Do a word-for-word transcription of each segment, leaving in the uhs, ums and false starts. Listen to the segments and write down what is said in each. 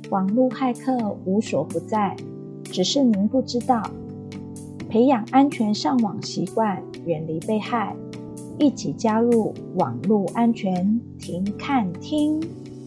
网络骇客无所不在，只是您不知道。培养安全上网习惯，远离被害，一起加入网络安全停看听。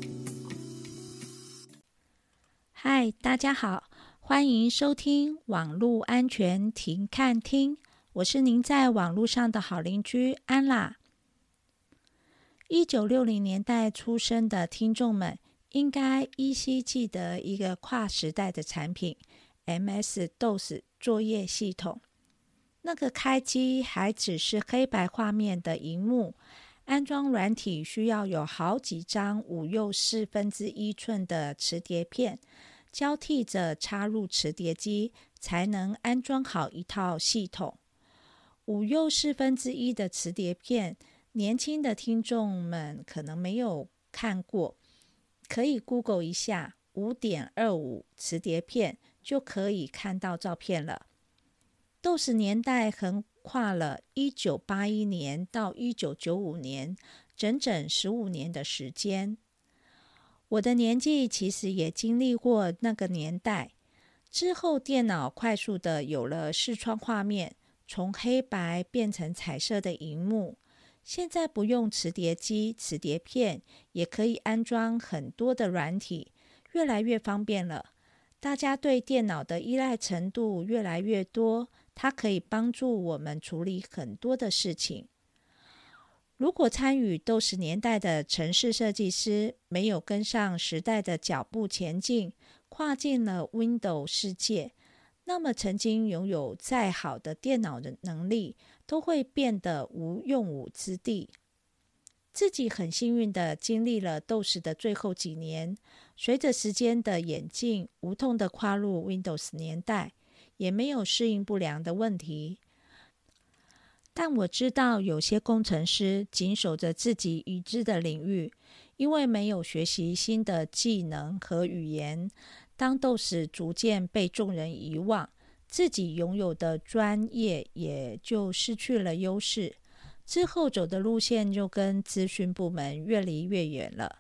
嗨，大家好，欢迎收听网络安全停看听，我是您在网络上的好邻居安啦。一九六零年代出生的听众们应该依稀记得一个跨时代的产品 M S DOS 作业系统。那个开机还只是黑白画面的萤幕，安装软体需要有好几张五又四分之一寸的磁碟片，交替着插入磁碟机，才能安装好一套系统。五又四分之一的磁碟片，年轻的听众们可能没有看过，可以 Google 一下 五点二五 磁碟片，就可以看到照片了。DOS 年代横跨了一九八一年到一九九五年，整整十五年的时间。我的年纪其实也经历过那个年代。之后电脑快速的有了视窗画面，从黑白变成彩色的萤幕。现在不用磁碟机、磁碟片，也可以安装很多的软体，越来越方便了。大家对电脑的依赖程度越来越多，它可以帮助我们处理很多的事情。如果参与DOS年代的程式设计师没有跟上时代的脚步前进，跨进了 Windows 世界，那么曾经拥有再好的电脑的能力，都会变得无用武之地。自己很幸运地经历了 DOS 的最后几年，随着时间的演进，无痛地跨入 Windows 年代，也没有适应不良的问题。但我知道有些工程师紧守着自己已知的领域，因为没有学习新的技能和语言，当 DOS 逐渐被众人遗忘，自己拥有的专业也就失去了优势。之后走的路线就跟资讯部门越离越远了。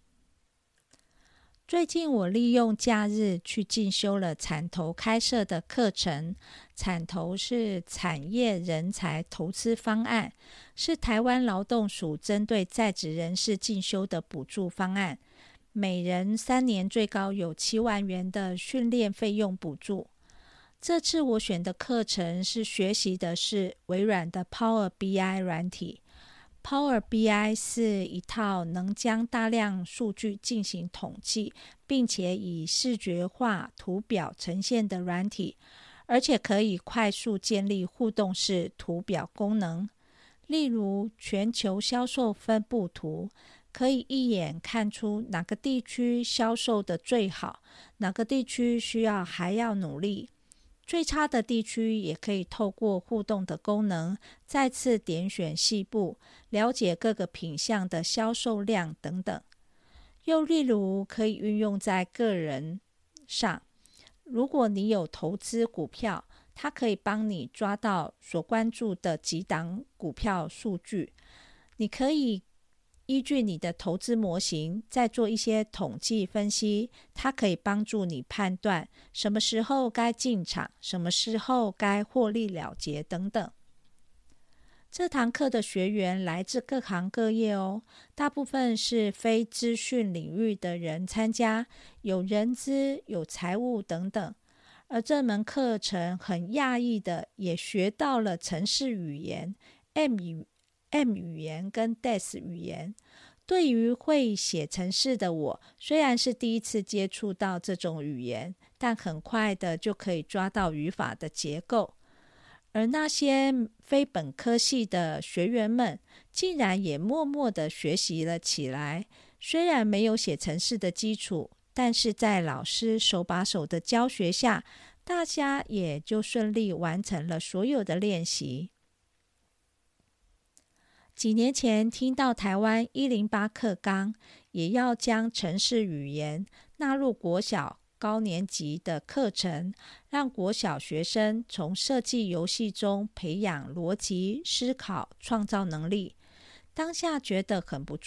最近我利用假日去进修了产投开设的课程。产投是产业人才投资方案，是台湾劳动署针对在职人士进修的补助方案，每人三年最高有七万元的训练费用补助。这次我选的课程是学习的是微软的 Power B I 软体。Power B I 是一套能将大量数据进行统计，并且以视觉化图表呈现的软体，而且可以快速建立互动式图表功能。例如全球销售分布图，可以一眼看出哪个地区销售的最好，哪个地区需要还要努力。最差的地区也可以透过互动的功能，再次点选细部，了解各个品项的销售量等等。又例如可以运用在个人上，如果你有投资股票，它可以帮你抓到所关注的几档股票数据。你可以依据你的投资模型再做一些统计分析，它可以帮助你判断什么时候该进场，什么时候该获利了结等等。这堂课的学员来自各行各业哦，大部分是非资讯领域的人参加，有人资、有财务等等。而这门课程很讶异的也学到了程式语言 M 语M 语言跟 D E S 语言。对于会写程式的我，虽然是第一次接触到这种语言，但很快的就可以抓到语法的结构。而那些非本科系的学员们，竟然也默默的学习了起来。虽然没有写程式的基础，但是在老师手把手的教学下，大家也就顺利完成了所有的练习。几年前听到台湾一零八课纲也要将程式语言纳入国小高年级的课程，让国小学生从设计游戏中培养逻辑思考创造能力。当下觉得很不错，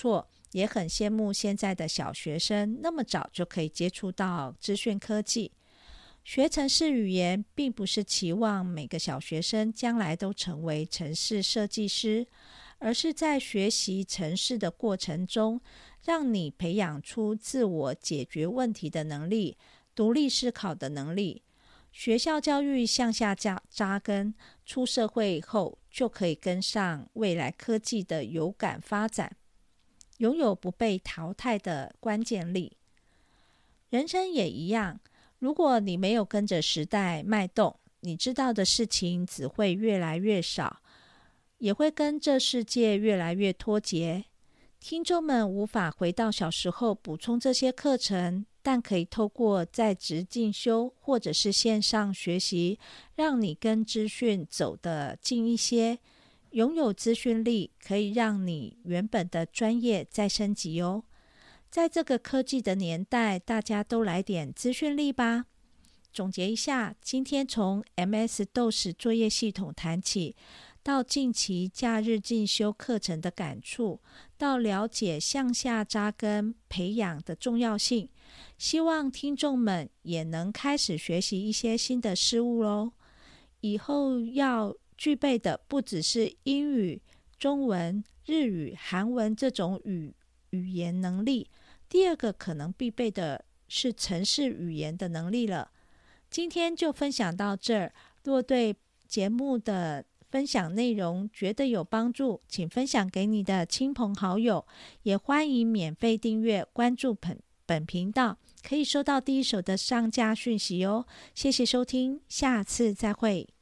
也很羡慕现在的小学生那么早就可以接触到资讯科技。学程式语言并不是期望每个小学生将来都成为程式设计师，而是在学习程式的过程中，让你培养出自我解决问题的能力，独立思考的能力。学校教育向下扎根，出社会后就可以跟上未来科技的有感发展，拥有不被淘汰的关键力。人生也一样，如果你没有跟着时代脉动，你知道的事情只会越来越少，也会跟这世界越来越脱节。听众们无法回到小时候补充这些课程，但可以透过在职进修或者是线上学习，让你跟资讯走得近一些。拥有资讯力可以让你原本的专业再升级哦。在这个科技的年代，大家都来点资讯力吧。总结一下，今天从 M S DOS 作业系统谈起，到近期假日进修课程的感触，到了解向下扎根培养的重要性，希望听众们也能开始学习一些新的事物咯。以后要具备的不只是英语、中文、日语、韩文这种语语言能力，第二个可能必备的是程式语言的能力了。今天就分享到这儿，若对节目的分享内容觉得有帮助，请分享给你的亲朋好友，也欢迎免费订阅关注本本频道，可以收到第一手的上架讯息哦。谢谢收听，下次再会。